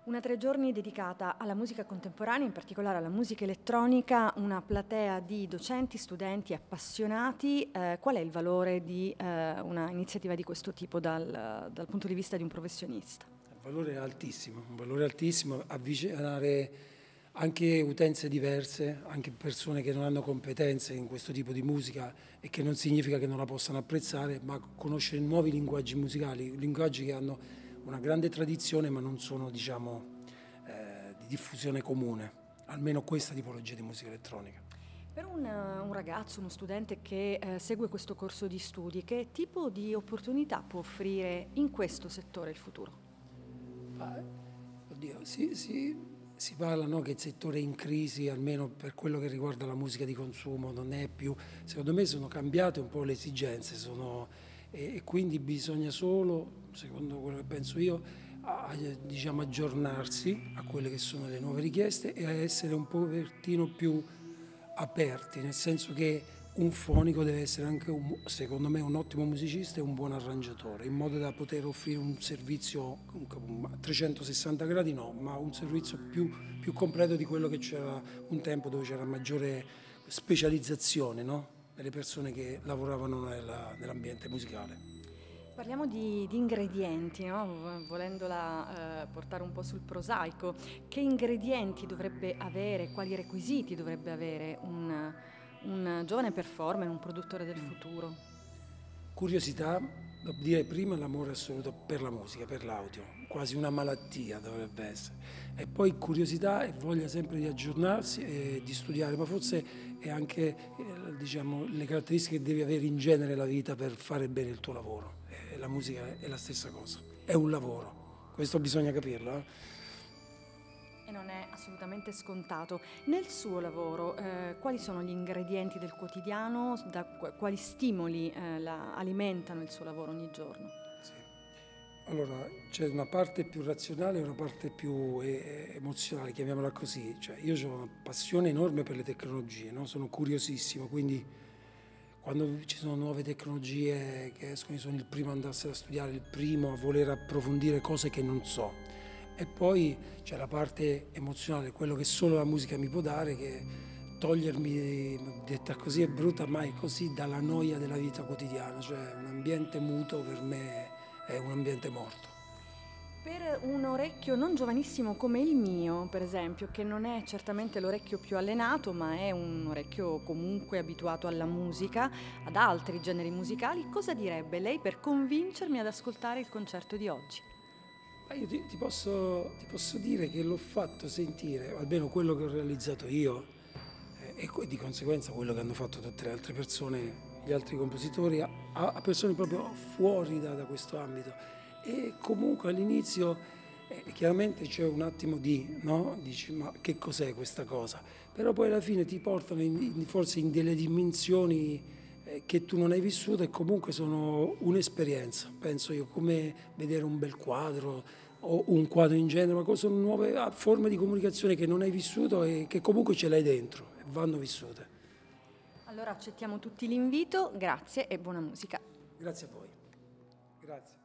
Una 3 giorni dedicata alla musica contemporanea, in particolare alla musica elettronica, una platea di docenti, studenti, appassionati. Qual è il valore di una iniziativa di questo tipo dal punto di vista di un professionista? Il valore altissimo, avvicinare anche utenze diverse, anche persone che non hanno competenze in questo tipo di musica e che non significa che non la possano apprezzare, ma conoscere nuovi linguaggi musicali, linguaggi che hanno una grande tradizione ma non sono, di diffusione comune, almeno questa tipologia di musica elettronica. Per un ragazzo, uno studente che segue questo corso di studi, che tipo di opportunità può offrire in questo settore il futuro? Oddio, si parla, no, che il settore è in crisi, almeno per quello che riguarda la musica di consumo, non è più, secondo me sono cambiate un po' le esigenze, e quindi bisogna solo, secondo quello che penso io, aggiornarsi a quelle che sono le nuove richieste e a essere un pochettino più aperti, nel senso che un fonico deve essere anche, secondo me, un ottimo musicista e un buon arrangiatore, in modo da poter offrire un servizio a 360 gradi, no, ma un servizio più completo di quello che c'era un tempo, dove c'era maggiore specializzazione, no? Delle persone che lavoravano nell'ambiente musicale. Parliamo di ingredienti, no? Volendola portare un po' sul prosaico. Che ingredienti dovrebbe avere, quali requisiti dovrebbe avere un giovane performer, un produttore del futuro? Curiosità, devo dire prima l'amore assoluto per la musica, per l'audio, quasi una malattia dovrebbe essere. E poi curiosità e voglia sempre di aggiornarsi e di studiare, ma forse è anche le caratteristiche che devi avere in genere la vita per fare bene il tuo lavoro. E la musica è la stessa cosa, è un lavoro, questo bisogna capirlo. E non è assolutamente scontato. Nel suo lavoro, quali sono gli ingredienti del quotidiano, quali stimoli alimentano il suo lavoro ogni giorno? Sì. Allora, c'è una parte più razionale e una parte più emozionale, chiamiamola così. Cioè, io ho una passione enorme per le tecnologie, no? Sono curiosissimo, quindi quando ci sono nuove tecnologie che escono, io sono il primo ad andarsene a studiare, il primo a voler approfondire cose che non so. E poi c'è la parte emozionale, quello che solo la musica mi può dare, che togliermi, detta così è brutta, ma è così, dalla noia della vita quotidiana, cioè un ambiente muto per me è un ambiente morto. Per un orecchio non giovanissimo come il mio, per esempio, che non è certamente l'orecchio più allenato, ma è un orecchio comunque abituato alla musica, ad altri generi musicali, cosa direbbe lei per convincermi ad ascoltare il concerto di oggi? Ma io ti posso dire che l'ho fatto sentire, almeno quello che ho realizzato io, e di conseguenza quello che hanno fatto tutte le altre persone, gli altri compositori, a persone proprio fuori da questo ambito. E comunque all'inizio chiaramente c'è un attimo no? Dici, ma che cos'è questa cosa? Però poi alla fine ti portano forse in delle dimensioni che tu non hai vissuto e comunque sono un'esperienza, penso io, come vedere un bel quadro o un quadro in genere, ma sono nuove forme di comunicazione che non hai vissuto e che comunque ce l'hai dentro e vanno vissute. Allora accettiamo tutti l'invito, grazie e buona musica. Grazie a voi. Grazie.